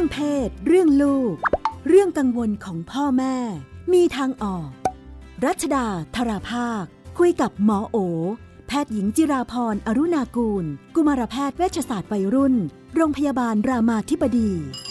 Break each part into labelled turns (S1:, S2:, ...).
S1: เพศเรื่องลูกเรื่องกังวลของพ่อแม่มีทางออกรัชดาธราภาคคุยกับหมอโอแพทย์หญิงจิราพรอรุณากูลกุมารแพทย์เวชศาสตร์วัยรุ่นโรงพยาบาลรามาธิบดี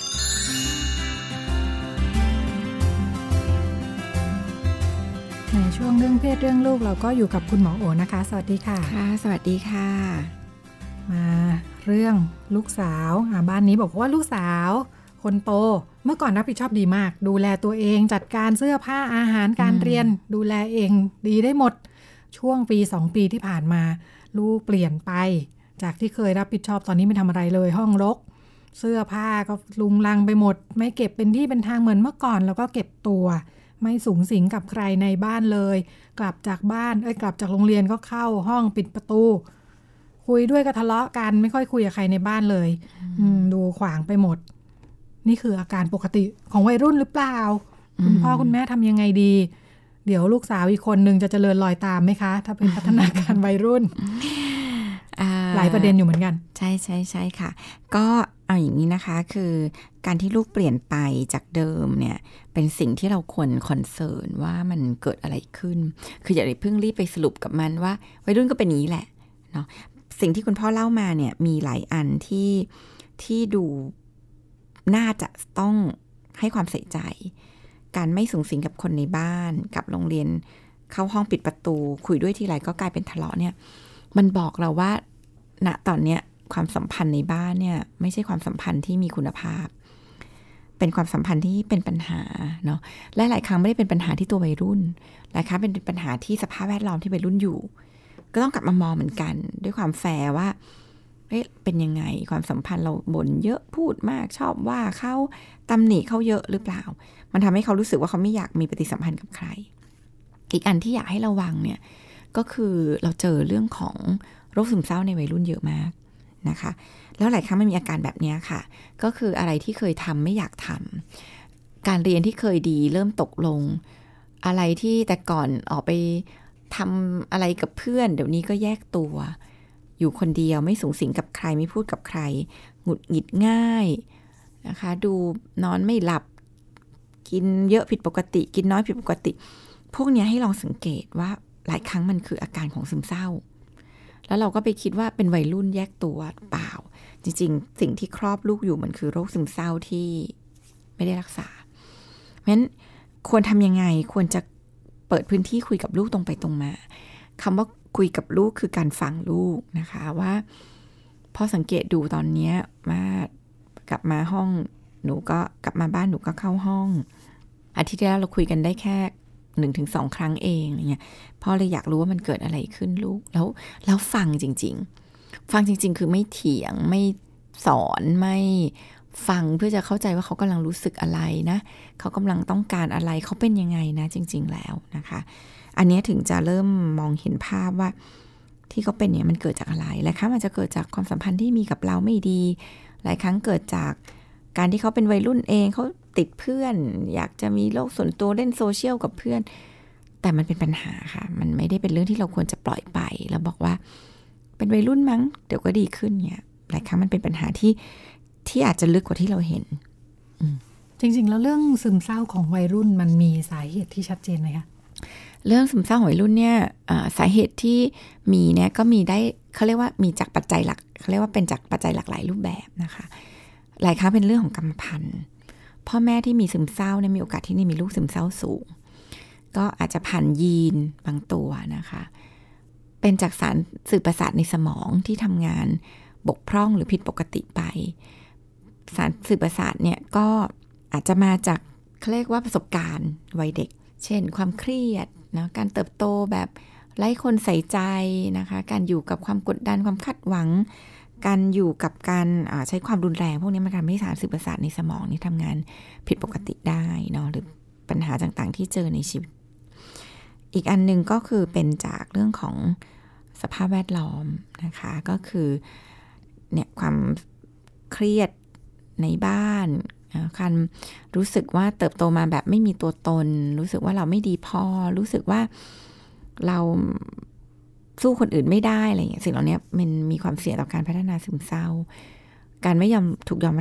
S2: ในช่วงเรื่องเพศเรื่องลูกเราก็อยู่กับคุณหมอโอนะคะสวัสดีค่ะ
S3: ค่ะสวัสดีค่ะ
S2: มาเรื่องลูกสาวบ้านนี้บอกว่าลูกสาวคนโตเมื่อก่อนรับผิดชอบดีมากดูแลตัวเองจัดการเสื้อผ้าอาหารการเรียนดูแลเองดีได้หมดช่วงปี2 ปีที่ผ่านมาลูกเปลี่ยนไปจากที่เคยรับผิดชอบตอนนี้ไม่ทำอะไรเลยห้องรกเสื้อผ้าก็ลุงลังไปหมดไม่เก็บเป็นที่เป็นทางเหมือนเมื่อก่อนแล้วก็เก็บตัวไม่สุงสิงกับใครในบ้านเลยกลับจากโรงเรียนก็เข้าห้องปิดประตูคุยด้วยก็ทะเลาะกันไม่ค่อยคุยกับใครในบ้านเลยดูขวางไปหมดนี่คืออาการปกติของวัยรุ่นหรือเปล่าคุณพ่อคุณแม่ทำยังไงดีเดี๋ยวลูกสาวอีกคนนึงจะเจริญรอยตามไหมคะถ้าเป็นพัฒนาการวัยรุ่นหลายประเด็นอยู่เหมือนกัน
S3: ใช่ใช่ใช่ค่ะก็เอาอย่างนี้นะคะคือการที่ลูกเปลี่ยนไปจากเดิมเนี่ยเป็นสิ่งที่เราควรคอนเซิร์นว่ามันเกิดอะไรขึ้นคืออย่าเพิ่งรีบไปสรุปกับมันว่าวัยรุ่นก็เป็นอย่างนี้แหละเนาะสิ่งที่คุณพ่อเล่ามาเนี่ยมีหลายอันที่ดูน่าจะต้องให้ความใส่ใจการไม่สุงสิงกับคนในบ้านกับโรงเรียนเข้าห้องปิดประตูคุยด้วยทีไรก็กลายเป็นทะเลาะเนี่ยมันบอกเราว่าณตอนเนี้ยความสัมพันธ์ในบ้านเนี่ยไม่ใช่ความสัมพันธ์ที่มีคุณภาพเป็นความสัมพันธ์ที่เป็นปัญหาเนาะและหลายครั้งไม่ได้เป็นปัญหาที่ตัววัยรุ่นหลายครั้งเป็นปัญหาที่สภาพแวดล้อมที่วัยรุ่นอยู่ก็ต้องกลับมามองเหมือนกันด้วยความแฟร์ว่าเป็นยังไงความสัมพันธ์เราบ่นเยอะพูดมากชอบว่าเขาตำหนิเขาเยอะหรือเปล่ามันทำให้เขารู้สึกว่าเขาไม่อยากมีปฏิสัมพันธ์กับใครอีกอันที่อยากให้ระวังเนี่ยก็คือเราเจอเรื่องของโรคซึมเศร้าในวัยรุ่นเยอะมากนะคะแล้วหลายครั้งมันมีอาการแบบนี้ค่ะก็คืออะไรที่เคยทำไม่อยากทำการเรียนที่เคยดีเริ่มตกลงอะไรที่แต่ก่อนออกไปทำอะไรกับเพื่อนเดี๋ยวนี้ก็แยกตัวอยู่คนเดียวไม่สุงสิงกับใครไม่พูดกับใครหงุดหงิดง่ายนะคะดูนอนไม่หลับกินเยอะผิดปกติกินน้อยผิดปกติพวกนี้ให้ลองสังเกตว่าหลายครั้งมันคืออาการของซึมเศร้าแล้วเราก็ไปคิดว่าเป็นวัยรุ่นแยกตัวเปล่าจริงๆสิ่งที่ครอบลูกอยู่มันคือโรคซึมเศร้าที่ไม่ได้รักษาเพราะฉะนั้นควรทำยังไงควรจะเปิดพื้นที่คุยกับลูกตรงไปตรงมาคำว่าคุยกับลูกคือการฟังลูกนะคะว่าพอสังเกตดูตอนนี้มากลับมาห้องหนูก็กลับมาบ้านหนูก็เข้าห้องอาทิตย์ที่แล้วเราคุยกันได้แค่ 1-2 ครั้งเองอะไรเงี้ยพ่อเลยอยากรู้ว่ามันเกิดอะไรขึ้นลูกแล้วฟังจริงๆฟังจริงๆคือไม่เถียงไม่สอนไม่ฟังเพื่อจะเข้าใจว่าเขากำลังรู้สึกอะไรนะเขากำลังต้องการอะไรเขาเป็นยังไงนะจริงๆแล้วนะคะอันนี้ถึงจะเริ่มมองเห็นภาพว่าที่เขาเป็นเนี่ยมันเกิดจากอะไรหลายครั้งมันจะเกิดจากความสัมพันธ์ที่มีกับเราไม่ดีหลายครั้งเกิดจากการที่เขาเป็นวัยรุ่นเองเขาติดเพื่อนอยากจะมีโลกส่วนตัวเล่นโซเชียลกับเพื่อนแต่มันเป็นปัญหาค่ะมันไม่ได้เป็นเรื่องที่เราควรจะปล่อยไปแล้วบอกว่าเป็นวัยรุ่นมั้งเดี๋ยวก็ดีขึ้นเนี่ยหลายครั้งมันเป็นปัญหาที่อาจจะลึกกว่าที่เราเห็น
S2: จริงๆแล้วเรื่องซึมเศร้าของวัยรุ่นมันมีสาเหตุที่ชัดเจนไหมคะ
S3: เรื่องซึมเศร้าของวัยรุ่นเนี่ยสาเหตุที่มีเนี่ยก็มีได้เขาเรียกว่ามีจากปัจจัยหลักเขาเรียกว่าเป็นจากปัจจัยหลากหลายรูปแบบนะคะหลายครั้งเป็นเรื่องของกรรมพันธุ์พ่อแม่ที่มีซึมเศร้าเนี่ยมีโอกาสที่มีลูกซึมเศร้าสูงก็อาจจะผ่านยีนบางตัวนะคะเป็นจากสารสื่อประสาทในสมองที่ทำงานบกพร่องหรือผิดปกติไปสารสื่อประสาทเนี่ยก็อาจจะมาจากเขาเรียกว่าประสบการณ์วัยเด็กเช่นความเครียดนะการเติบโตแบบไร้คนใส่ใจนะคะการอยู่กับความกดดันความคาดหวังการอยู่กับการใช้ความรุนแรงพวกนี้มันทำให้สารสื่อประสาทในสมองนี่ทำงานผิดปกติได้เนาะหรือปัญหาต่างๆที่เจอในชีวิตอีกอันนึงก็คือเป็นจากเรื่องของสภาพแวดล้อมนะคะก็คือเนี่ยความเครียดในบ้านการรู้สึกว่าเติบโตมาแบบไม่มีตัวตนรู้สึกว่าเราไม่ดีพอรู้สึกว่าเราสู้คนอื่นไม่ได้อะไรอย่างเงี้ยสิ่งเหล่านี้มันมีความเสี่ยงต่อการพัฒนาซึมเศร้าการไม่ถูกยอมรับ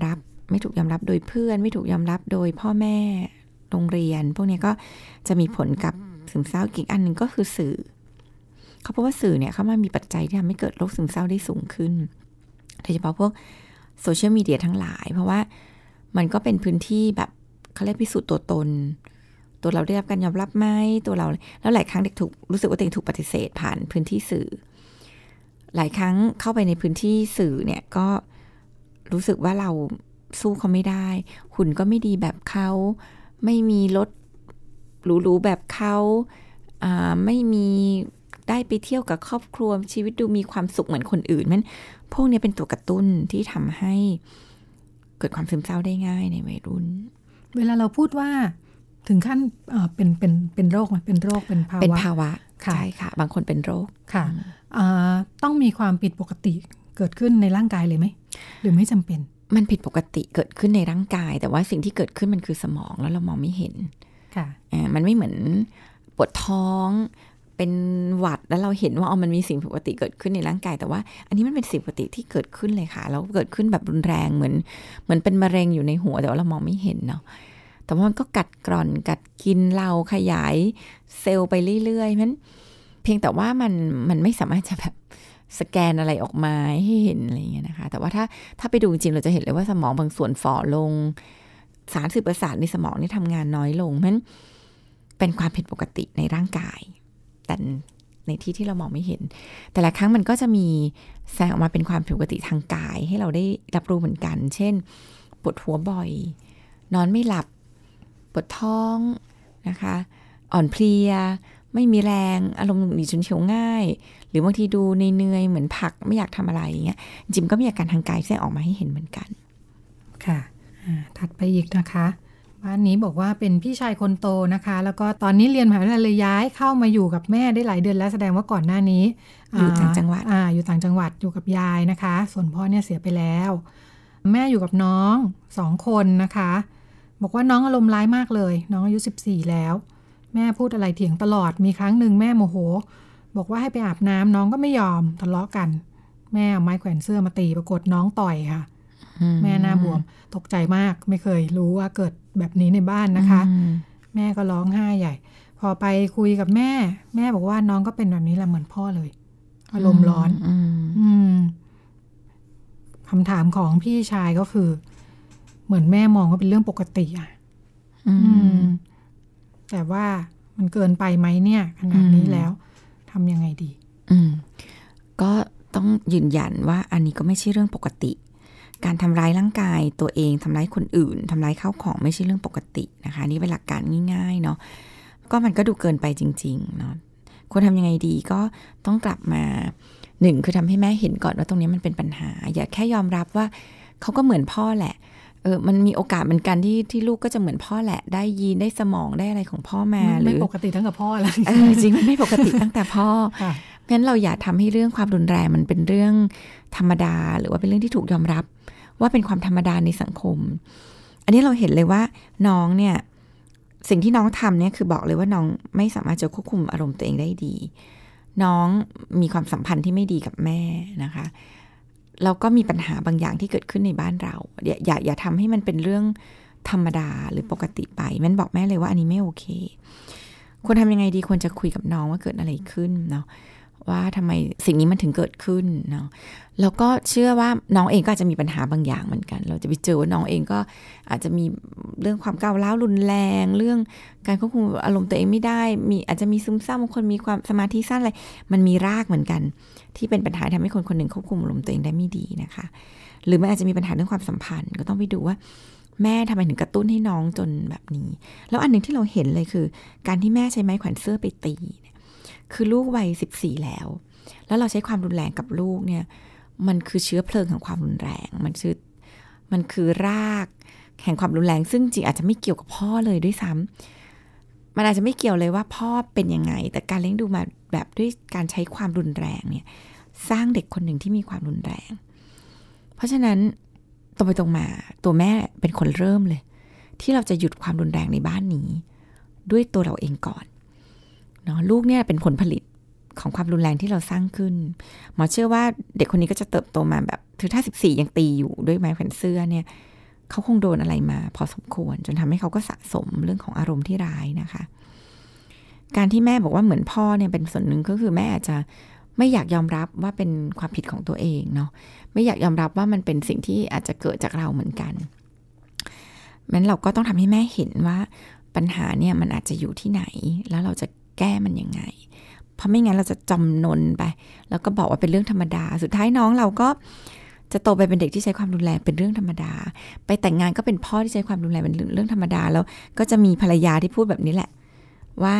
S3: ไม่ถูกยอมรับโดยเพื่อนไม่ถูกยอมรับโดยพ่อแม่โรงเรียนพวกนี้ก็จะมีผลกับซึมเศร้าอีกอันหนึ่งก็คือสื่อเขาพบว่าสื่อเนี่ยเขามามีปัจจัยที่ทำให้เกิดโรคซึมเศร้าได้สูงขึ้นโดยเฉพาะพวกโซเชียลมีเดียทั้งหลายเพราะว่ามันก็เป็นพื้นที่แบบเขาเรียกพิสูจน์ตัวตนตัวเราได้รับการยอมรับไหมตัวเราแล้วหลายครั้งเด็กถูกรู้สึกว่าตัวเองถูกปฏิเสธผ่านพื้นที่สื่อหลายครั้งเข้าไปในพื้นที่สื่อเนี่ยก็รู้สึกว่าเราสู้เขาไม่ได้หุ่นก็ไม่ดีแบบเขาไม่มีรถหรูๆแบบเขาไม่มีได้ไปเที่ยวกับครอบครัวชีวิตดูมีความสุขเหมือนคนอื่นมันพวกนี้เป็นตัวกระตุ้นที่ทำให้เกิดความซึมเศร้าได้ง่ายในวัยรุ่น
S2: เวลาเราพูดว่าถึงขั้นเป็นโรคมันเป็นโรคเป็นภาวะ
S3: เป็นภาวะใช่ค่ะบางคนเป็นโรค
S2: ค่ะต้องมีความผิดปกติเกิดขึ้นในร่างกายเลยไหมหรือไม่จำเป็น
S3: มันผิดปกติเกิดขึ้นในร่างกายแต่ว่าสิ่งที่เกิดขึ้นมันคือสมองแล้วเรามองไม่เห็น
S2: ค่ะ
S3: มันไม่เหมือนปวดท้องเป็นหวัดแล้วเราเห็นว่ามันมีสิ่งผิดปกติเกิดขึ้นในร่างกายแต่ว่าอันนี้มันเป็นสิ่งปกติที่เกิดขึ้นเลยค่ะแล้วเกิดขึ้นแบบรุนแรงเหมือนเป็นมะเร็งอยู่ในหัวแต่ว่าเรามองไม่เห็นเนาะแต่ว่ามันก็กัดกร่อนกัดกินเราขยายเซลล์ไปเรื่อยๆมันเพียงแต่ว่ามันไม่สามารถจะแบบสแกนอะไรออกมาให้เห็นอะไรอย่างเงี้ยนะคะแต่ว่าถ้าไปดูจริงเราจะเห็นเลยว่าสมองบางส่วนฝ่อลงสารสื่อประสาทในสมองนี่ทำงานน้อยลงมันเป็นความผิดปกติในร่างกายแต่ในที่เรามองไม่เห็นแต่ละครั้งมันก็จะมีแสดงออกมาเป็นความผิดปกติทางกายให้เราได้รับรู้เหมือนกันเช่นปวดหัวบ่อยนอนไม่หลับปวดท้องนะคะอ่อนเพลียไม่มีแรงอารมณ์หงุดหงิดฉุนเฉียวง่ายหรือบางทีดูเหนื่อยเหมือนผักไม่อยากทำอะไรอย่างเงี้ยจริงก็มีอาการทางกายแสดงออกมาให้เห็นเหมือนกัน
S2: ค่ะถัดไปอีกนะคะบ้านนี้บอกว่าเป็นพี่ชายคนโตนะคะแล้วก็ตอนนี้เรียนมหาวิทยาลัยเลยย้ายเข้ามาอยู่กับแม่ได้หลายเดือนแล้วแสดงว่าก่อนหน้านี้
S3: อยู่ต่างจังหวัด
S2: อยู่ต่างจังหวัดอยู่กับยายนะคะส่วนพ่อเนี่ยเสียไปแล้วแม่อยู่กับน้อง2 คนนะคะบอกว่าน้องอารมณ์ร้ายมากเลยน้องอายุ14แล้วแม่พูดอะไรเถียงตลอดมีครั้งหนึ่งแม่โมโหบอกว่าให้ไปอาบน้ำน้องก็ไม่ยอมทะเลาะกันแม่เอาไม้แขวนเสื้อมาตีปรากฏน้องต่อยค่ะแม่หน้าบวมตกใจมากไม่เคยรู้ว่าเกิดแบบนี้ในบ้านนะคะแม่ก็ร้องไห้ใหญ่พอไปคุยกับแม่บอกว่าน้องก็เป็นแบบนี้แหละเหมือนพ่อเลยอารมณ์ร้อนคำถามของพี่ชายก็คือเหมือนแม่มองว่าเป็นเรื่องปกติอ่ะแต่ว่ามันเกินไปไหมเนี่ยขนาดนี้แล้วทำยังไงดี
S3: ก็ต้องยืนยันว่าอันนี้ก็ไม่ใช่เรื่องปกติการทำร้ายร่างกายตัวเองทำร้ายคนอื่นทำร้ายข้าวของไม่ใช่เรื่องปกตินะคะนี่เป็นหลักการง่ายๆเนาะก็มันก็ดูเกินไปจริงๆเนาะควรทำยังไงดีก็ต้องกลับมา1คือทำให้แม่เห็นก่อนว่าตรงนี้มันเป็นปัญหาอย่าแค่ยอมรับว่าเขาก็เหมือนพ่อแหละมันมีโอกาสเหมือนกันที่ลูกก็จะเหมือนพ่อแหละได้ยีนได้สมองได้อะไรของพ่อมาหรือ
S2: ไม่ปกติตั้งแต่พ่อแล้ว
S3: จริงมันไม่ปกติตั้งแต่พ่อเพราะฉะนั้นเราอย่าทำให้เรื่องความรุนแรงมันเป็นเรื่องธรรมดาหรือว่าเป็นเรื่องที่ถูกยอมรับว่าเป็นความธรรมดาในสังคมอันนี้เราเห็นเลยว่าน้องเนี่ยสิ่งที่น้องทำเนี่ยคือบอกเลยว่าน้องไม่สามารถจะควบคุมอารมณ์ตัวเองได้ดีน้องมีความสัมพันธ์ที่ไม่ดีกับแม่นะคะแล้วก็มีปัญหาบางอย่างที่เกิดขึ้นในบ้านเราอย่าทำให้มันเป็นเรื่องธรรมดาหรือปกติไปมันบอกแม่เลยว่าอันนี้ไม่โอเคควรทำยังไงดีควรจะคุยกับน้องว่าเกิดอะไรขึ้นเนาะว่าทำไมสิ่งนี้มันถึงเกิดขึ้นเนาะแล้วก็เชื่อว่าน้องเองก็อาจจะมีปัญหาบางอย่างเหมือนกันเราจะไปเจอว่าน้องเองก็อาจจะมีเรื่องความก้าวร้าวรุนแรงเรื่องการควบคุมอารมณ์ตัวเองไม่ได้มีอาจจะมีซึมเศร้าบางคนมีความสมาธิสั้นอะไรมันมีรากเหมือนกันที่เป็นปัญหาทำให้คนคนหนึ่งควบคุมอารมณ์ตัวเองได้ไม่ดีนะคะหรือมันอาจจะมีปัญหาเรื่องความสัมพันธ์ก็ต้องไปดูว่าแม่ทำไมถึงกระตุ้นให้น้องจนแบบนี้แล้วอันนึงที่เราเห็นเลยคือการที่แม่ใช้ไม้แขวนเสื้อไปตีคือลูกวัย14แล้วเราใช้ความรุนแรงกับลูกเนี่ยมันคือเชื้อเพลิงของความรุนแรงมันคือรากแห่งความรุนแรงซึ่งจริงอาจจะไม่เกี่ยวกับพ่อเลยด้วยซ้ำมันอาจจะไม่เกี่ยวเลยว่าพ่อเป็นยังไงแต่การเลี้ยงดูมาแบบด้วยการใช้ความรุนแรงเนี่ยสร้างเด็กคนหนึ่งที่มีความรุนแรงเพราะฉะนั้นตรงไปตรงมาตัวแม่เป็นคนเริ่มเลยที่เราจะหยุดความรุนแรงในบ้านนี้ด้วยตัวเราเองก่อนเนาะลูกเนี่ยเป็นผลผลิตของความรุนแรงที่เราสร้างขึ้นหมอเชื่อว่าเด็กคนนี้ก็จะเติบโตมาแบบคือถ้า14ยังตีอยู่ด้วยไม้แขวนเสื้อเนี่ยเขาคงโดนอะไรมาพอสมควรจนทำให้เขาก็สะสมเรื่องของอารมณ์ที่ร้ายนะคะการที่แม่บอกว่าเหมือนพ่อเนี่ยเป็นส่วนหนึ่งก็คือแม่อาจจะไม่อยากยอมรับว่าเป็นความผิดของตัวเองเนาะไม่อยากยอมรับว่ามันเป็นสิ่งที่อาจจะเกิดจากเราเหมือนกันงั้นเราก็ต้องทำให้แม่เห็นว่าปัญหาเนี่ยมันอาจจะอยู่ที่ไหนแล้วเราจะแก้มันยังไงเพราะไม่งั้นเราจะจำนนไปแล้วก็บอกว่าเป็นเรื่องธรรมดาสุดท้ายน้องเราก็จะโตไปเป็นเด็กที่ใช้ความรุนแรงเป็นเรื่องธรรมดาไปแต่งงานก็เป็นพ่อที่ใช้ความรุนแรงเป็นเรื่องธรรมดาแล้วก็จะมีภรรยาที่พูดแบบนี้แหละว่า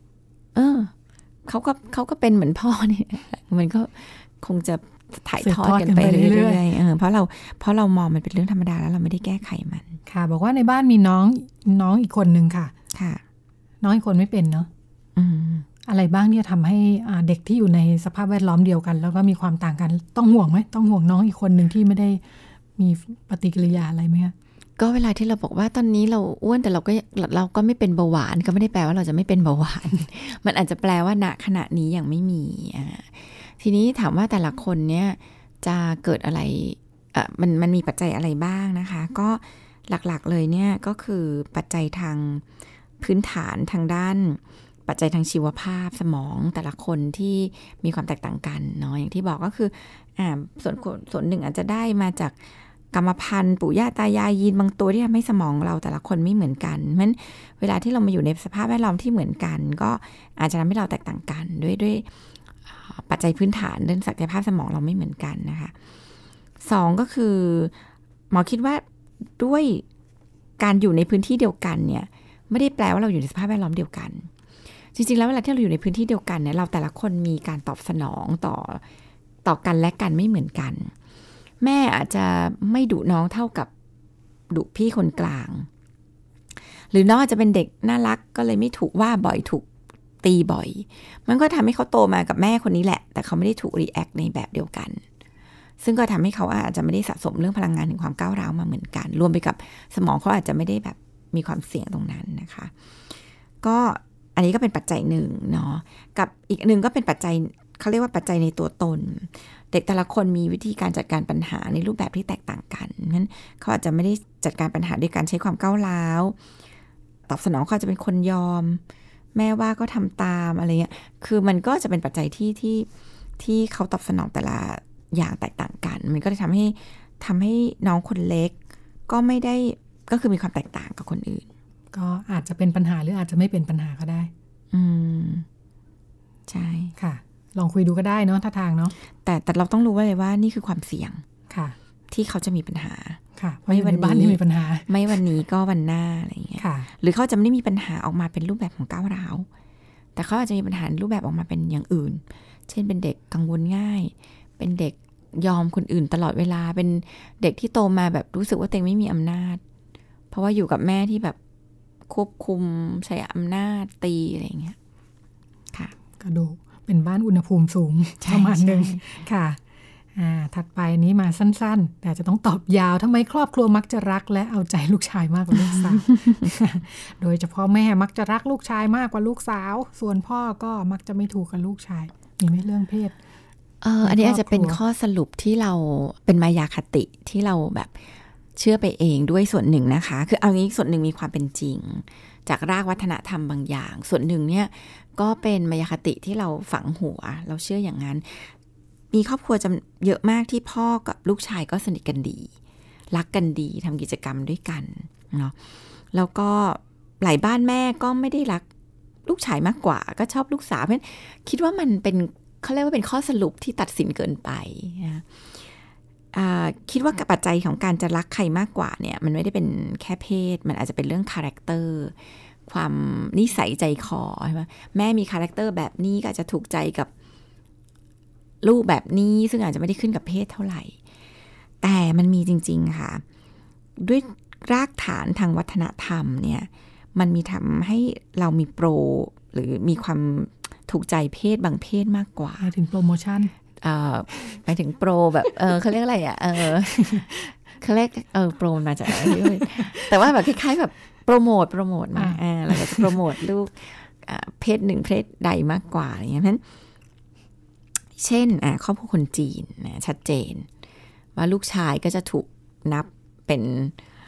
S3: เขาก็เป็นเหมือนพ่อเนี่ยมันก็คงจะถ่ายทอดกันไปเรื่อยๆเพราะเรามองมันเป็นเรื่องธรรมดาแล้วเราไม่ได้แก้ไขมัน
S2: ค่ะบอกว่าในบ้านมีน้องอีกคนนึงค่ะ
S3: ค่ะ
S2: น้องอีกคนไม่เป็นเนาะอะไรบ้างที่จะทำให้เด็กที่อยู่ในสภาพแวดล้อมเดียวกันแล้วก็มีความต่างกันต้องห่วงไหมต้องห่วงน้องอีกคนนึงที่ไม่ได้มีปฏิกิริยาอะไรไหมคะ
S3: ก็เวลาที่เราบอกว่าตอนนี้เราอ้วนแต่เราก็ไม่เป็นเบาหวานก็ไม่ได้แปลว่าเราจะไม่เป็นเบาหวาน มันอาจจะแปลว่าณขณะนี้ยังไม่มีทีนี้ถามว่าแต่ละคนเนี่ยจะเกิดอะไรมันมีปัจจัยอะไรบ้างนะคะก็หลักๆเลยเนี่ยก็คือปัจจัยทางพื้นฐานทางด้านปัจจัยทางชีวภาพสมองแต่ละคนที่มีความแตกต่างกันเนาะอย่างที่บอกก็คือส่วนหนึ่งอาจจะได้มาจากกรรมพันธุ์ปู่ย่าตายายยีนบางตัวที่ทำให้สมองเราแต่ละคนไม่เหมือนกันเพราะฉะนั้นเวลาที่เรามาอยู่ในสภาพแวดล้อมที่เหมือนกันก็อาจจะทำให้เราแตกต่างกันด้วยปัจจัยพื้นฐานเรื่องศักยภาพสมองเราไม่เหมือนกันนะคะ2ก็คือหมอคิดว่าด้วยการอยู่ในพื้นที่เดียวกันเนี่ยไม่ได้แปลว่าเราอยู่ในสภาพแวดล้อมเดียวกันจริงๆแล้วเวลาที่เราอยู่ในพื้นที่เดียวกันเนี่ยเราแต่ละคนมีการตอบสนองต่อกันและกันไม่เหมือนกันแม่อาจจะไม่ดุน้องเท่ากับดุพี่คนกลางหรือน้องอาจจะเป็นเด็กน่ารักก็เลยไม่ถูกว่าบ่อยถูกตีบ่อยมันก็ทำให้เขาโตมากับแม่คนนี้แหละแต่เขาไม่ได้ถูกรีแอคในแบบเดียวกันซึ่งก็ทำให้เขาอาจจะไม่ได้สะสมเรื่องพลังงานถึงความก้าวร้าวมาเหมือนกันรวมไปกับสมองเขาอาจจะไม่ได้แบบมีความเสี่ยงตรงนั้นนะคะก็อันนี้ก็เป็นปัจจัยหนึ่งเนาะกับอีกหนึ่งก็เป็นปัจจัยเขาเรียกว่าปัจจัยในตัวตนเด็กแต่ละคนมีวิธีการจัดการปัญหาในรูปแบบที่แตกต่างกันนั้นเขาอาจจะไม่ได้จัดการปัญหาด้วยการใช้ความก้าวร้าวตอบสนองเขาจะเป็นคนยอมแม่ว่าก็ทำตามอะไรเงี้ยคือมันก็จะเป็นปัจจัยที่เขาตอบสนองแต่ละอย่างแตกต่างกันมันก็จะทำให้น้องคนเล็กก็ไม่ได้ก็คือมีความแตกต่างกับคนอื่น
S2: ก็อาจจะเป็นปัญหาหรืออาจจะไม่เป็นปัญหาก็ได้
S3: ใช่
S2: ค่ะลองคุยดูก็ได้เนาะท่าทางเนาะ
S3: แต่เราต้องรู้ว่าเลยว่านี่คือความเสี่ยง
S2: ค่ะ
S3: ที่เขาจะมีปัญหา
S2: ค่ะไม่วันบ้านที่มีปัญหา
S3: ไม่วันนี้ก็วันหน้าอะไรอย่างเงี้ยหรือเขาจะไม่ได้มีปัญหาออกมาเป็นรูปแบบของก้าวร้าวแต่เขาอาจจะมีปัญหารูปแบบออกมาเป็นอย่างอื่นเช่นเป็นเด็กกังวลง่ายเป็นเด็กยอมคนอื่นตลอดเวลาเป็นเด็กที่โตมาแบบรู้สึกว่าตัวเองไม่มีอำนาจเพราะว่าอยู่กับแม่ที่แบบควบคุมใช้อำนาจตีอะไรอย่างเงี้ยค่ะ
S2: ก็ดูเป็นบ้านอุณหภูมิสูงประมาณนึงค่ะถัดไปนี้มาสั้นๆแต่จะต้องตอบยาวทำไมครอบครัวมักจะรักและเอาใจลูกชายมากกว่าลูกสาว โดยเฉพาะแม่มักจะรักลูกชายมากกว่าลูกสาวส่วนพ่อก็มักจะไม่ถูกกับลูกชายมีไหมเรื่องเพศ
S3: อันนี้อาจจะเป็นข้อสรุปที่เราเป็นมายาคติที่เราแบบเชื่อไปเองด้วยส่วนหนึ่งนะคะคือเอางี้ส่วนหนึ่งมีความเป็นจริงจากรากวัฒนธรรมบางอย่างส่วนหนึ่งเนี่ยก็เป็นมายาคติที่เราฝังหัวเราเชื่ออย่างนั้นมีครอบครัวเยอะมากที่พ่อกับลูกชายก็สนิทกันดีรักกันดีทำกิจกรรมด้วยกันเนาะแล้วก็หลายบ้านแม่ก็ไม่ได้รักลูกชายมากกว่าก็ชอบลูกสาวเพราะคิดว่ามันเป็นเขาเรียกว่าเป็นข้อสรุปที่ตัดสินเกินไปนะคิดว่าปัจจัยของการจะรักใครมากกว่าเนี่ยมันไม่ได้เป็นแค่เพศมันอาจจะเป็นเรื่องคาแรคเตอร์ความนิสัยใจคอใช่ไหมแม่มีคาแรคเตอร์แบบนี้ก็อาจจะถูกใจกับลูกแบบนี้ซึ่งอาจจะไม่ได้ขึ้นกับเพศเท่าไหร่แต่มันมีจริงๆค่ะด้วยรากฐานทางวัฒนธรรมเนี่ยมันมีทำให้เรามีโปรหรือมีความถูกใจเพศบางเพศมากกว่า
S2: หมายถึงโปรโมชั่น
S3: หมายถึงโปรแบบเขาเรียกอะไรอ่ะเขาเรียกโปรมาจากอะไรแต่ว่าแบบคล้ายๆแบบโปรโมทมาเราจะโปรโมทลูกเพศหนึ่งเพศใดมากกว่าอย่างเงี้ยเพราะฉะนั้นเช่นครอบครัวคนจีนนะชัดเจนว่าลูกชายก็จะถูกนับเป็น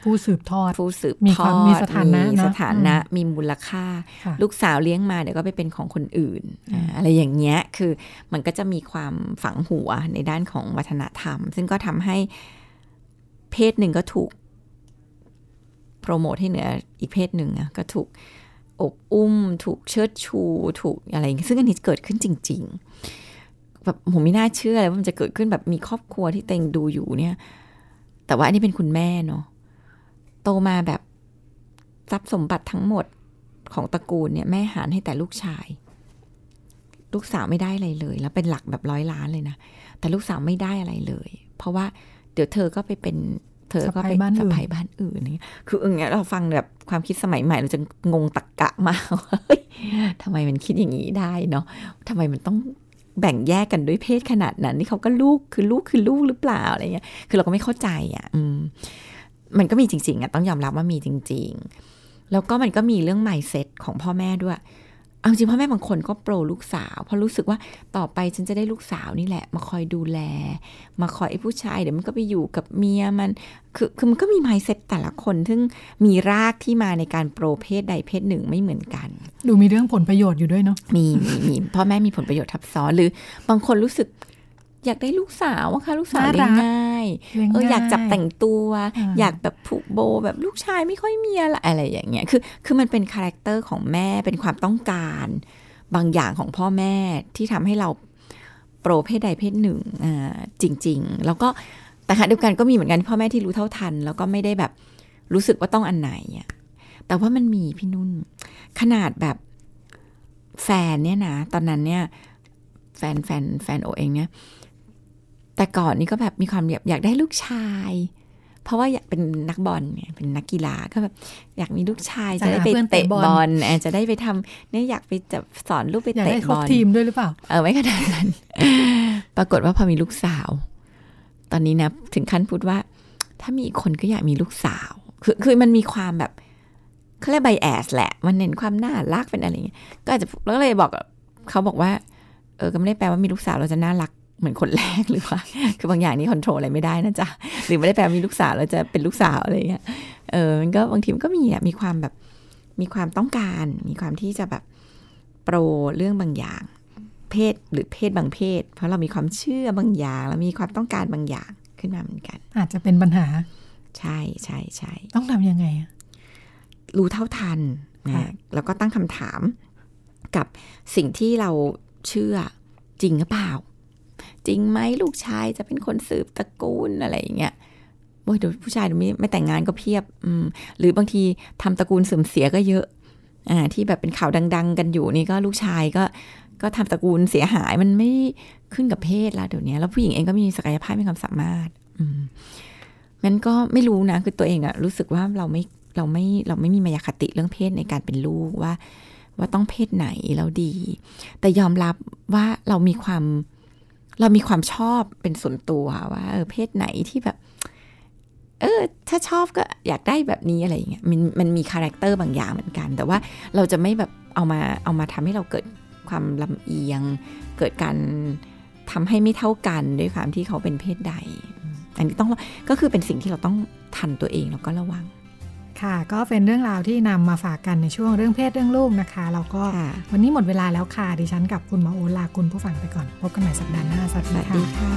S2: ผู้สืบทอด
S3: มี
S2: สถานะ
S3: มีมูลค่าลูกสาวเลี้ยงมาเดี๋ยวก็ไปเป็นของคนอื่นอะไรอย่างเงี้ยคือมันก็จะมีความฝังหัวในด้านของวัฒนธรรมซึ่งก็ทำให้เพศหนึ่งก็ถูกโปรโมทให้เหนืออีกเพศหนึ่งก็ถูกอบอุ้มถูกเชิดชูถูกอะไรซึ่งอันนี้เกิดขึ้นจริงๆแบบผมไม่น่าเชื่อเลยว่ามันจะเกิดขึ้นแบบมีครอบครัวที่เต็งดูอยู่เนี่ยแต่ว่าอันนี้เป็นคุณแม่เนาะโตมาแบบทรัพย์สมบัติทั้งหมดของตระกูลเนี่ยแม่หารให้แต่ลูกชายลูกสาวไม่ได้อะไรเลยแล้วเป็นหลักแบบ100 ล้านเลยนะแต่ลูกสาวไม่ได้อะไรเลยเพราะว่าเดี๋ยวเธอก็ไปเป็นเธอก็ไปสะใภ้บ้านอื่นนี่คืออย่างเงี้ยเราฟังแบบความคิดสมัยใหม่เราจะงงตรรกะมากทำไมมันคิดอย่างนี้ได้เนาะทำไมมันต้องแบ่งแยกกันด้วยเพศขนาดนั้นนี่เขาก็ลูกคือลูกหรือเปล่าอะไรเงี้ยคือเราก็ไม่เข้าใจมันก็มีจริงๆต้องยอมรับว่ามีจริงๆแล้วก็มันก็มีเรื่อง mindset ของพ่อแม่ด้วยเอาจริงพ่อแม่บางคนก็โปรลูกสาวเพราะรู้สึกว่าต่อไปฉันจะได้ลูกสาวนี่แหละมาคอยดูแลมาคอยไอ้ผู้ชายเดี๋ยวมันก็ไปอยู่กับเมียมันคือมันก็มี mindset แต่ละคนซึ่งมีรากที่มาในการโปรเพศใดเพศหนึ่งไม่เหมือนกัน
S2: ดูมีเรื่องผลประโยชน์อยู่ด้วยเนาะ
S3: มีพ่อแม่มีผลประโยชน์ทับซ้อนหรือบางคนรู้สึกอยากได้ลูกสาวอะค่ะลูกสาวเลี้ยงง่ายอยากจับแต่งตัวอยากแบบผูกโบแบบลูกชายไม่ค่อยมีอะไรอย่างเงี้ยคือมันเป็นคาแรคเตอร์ของแม่เป็นความต้องการบางอย่างของพ่อแม่ที่ทำให้เราโปรเพศใดเพศหนึ่งจริงๆแล้วก็แต่ขณะเดียวกันก็มีเหมือนกันพ่อแม่ที่รู้เท่าทันแล้วก็ไม่ได้แบบรู้สึกว่าต้องอันไหนแต่ว่ามันมีพี่นุ่นขนาดแบบแฟนเนี่ยนะตอนนั้นเนี่ยแฟนโอเองเนี่ยแต่ก่อนนี่ก็แบบมีความอยากได้ลูกชายเพราะว่าอยากเป็นนักบอลเนี่ยเป็นนักกีฬาก็แบบอยากมีลูกชายจะได้ไปเตะบอลจะได้ไปทำเนี่ยอยากไปจะสอนลูกไปเตะบอล
S2: ทีมด้วยหรือเปล่า
S3: ไม่ขนาดนั้น ปรากฏว่าพอมีลูกสาวตอนนี้นะถึงขั้นพูดว่าถ้ามีอีกคนก็อยากมีลูกสาวคือมันมีความแบบเขาเรียกไบแอสแหละมันเน้นความน่ารักเป็นอะไรอย่างเงี้ยก็อาจจะแล้วเลยบอกเขาบอกว่าก็ไม่ได้แปลว่ามีลูกสาวเราจะน่ารักเหมือนคนแรกหรือว่าคือบางอย่างนี่คอนโทรลอะไรไม่ได้นะจ๊ะหรือไม่ได้แปลว่ามีลูกสาวเราจะเป็นลูกสาวอะไรเงี้ยมันก็บางทีมันก็มีความแบบมีความต้องการมีความที่จะแบบโปรเรื่องบางอย่างเพศหรือเพศบางเพศเพราะเรามีความเชื่อบางอย่างแล้วมีความต้องการบางอย่างขึ้นมาเหมือนกัน
S2: อาจจะเป็นปัญหา
S3: ใช่ใช่ใช่
S2: ต้องทำยังไง
S3: รู้เท่าทันนะแล้วก็ตั้งคำถามกับสิ่งที่เราเชื่อจริงหรือเปล่าจริงไหมลูกชายจะเป็นคนสืบตระกูลอะไรอย่างเงี้ยโอ้ยเดี๋ยวผู้ชายไม่แต่งงานก็เพียบหรือบางทีทำตระกูลเสื่อมเสียก็เยอะที่แบบเป็นข่าวดังๆกันอยู่นี่ก็ลูกชายก็ทำตระกูลเสียหายมันไม่ขึ้นกับเพศแล้วเดี๋ยวนี้แล้วผู้หญิงเองก็มีศักยภาพมีความสามารถงั้นก็ไม่รู้นะคือตัวเองอะรู้สึกว่าเราไม่มีมายาคติเรื่องเพศในการเป็นลูกว่าต้องเพศไหนแล้วดีแต่ยอมรับว่าเรามีความชอบเป็นส่วนตัวว่าเพศไหนที่แบบถ้าชอบก็อยากได้แบบนี้อะไรอย่างเงี้ยมันมีคาแรคเตอร์บางอย่างเหมือนกันแต่ว่าเราจะไม่แบบเอามาทำให้เราเกิดความลำเอียงเกิดการทำให้ไม่เท่ากันด้วยความที่เขาเป็นเพศใดอันนี้ก็คือเป็นสิ่งที่เราต้องทันตัวเองแล้วก็ระวัง
S2: ค่ะก็เป็นเรื่องราวที่นำมาฝากกันในช่วงเรื่องเพศเรื่องลูกนะคะแล้วก็วันนี้หมดเวลาแล้วค่ะดิฉันกับคุณหมอโอลาคุณผู้ฟังไปก่อนพบกันใหม่สัปดาห์หน้าสวัสดีค่ะ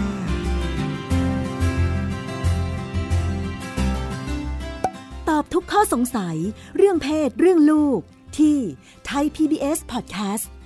S1: ตอบทุกข้อสงสัยเรื่องเพศเรื่องลูกที่ Thai PBS Podcast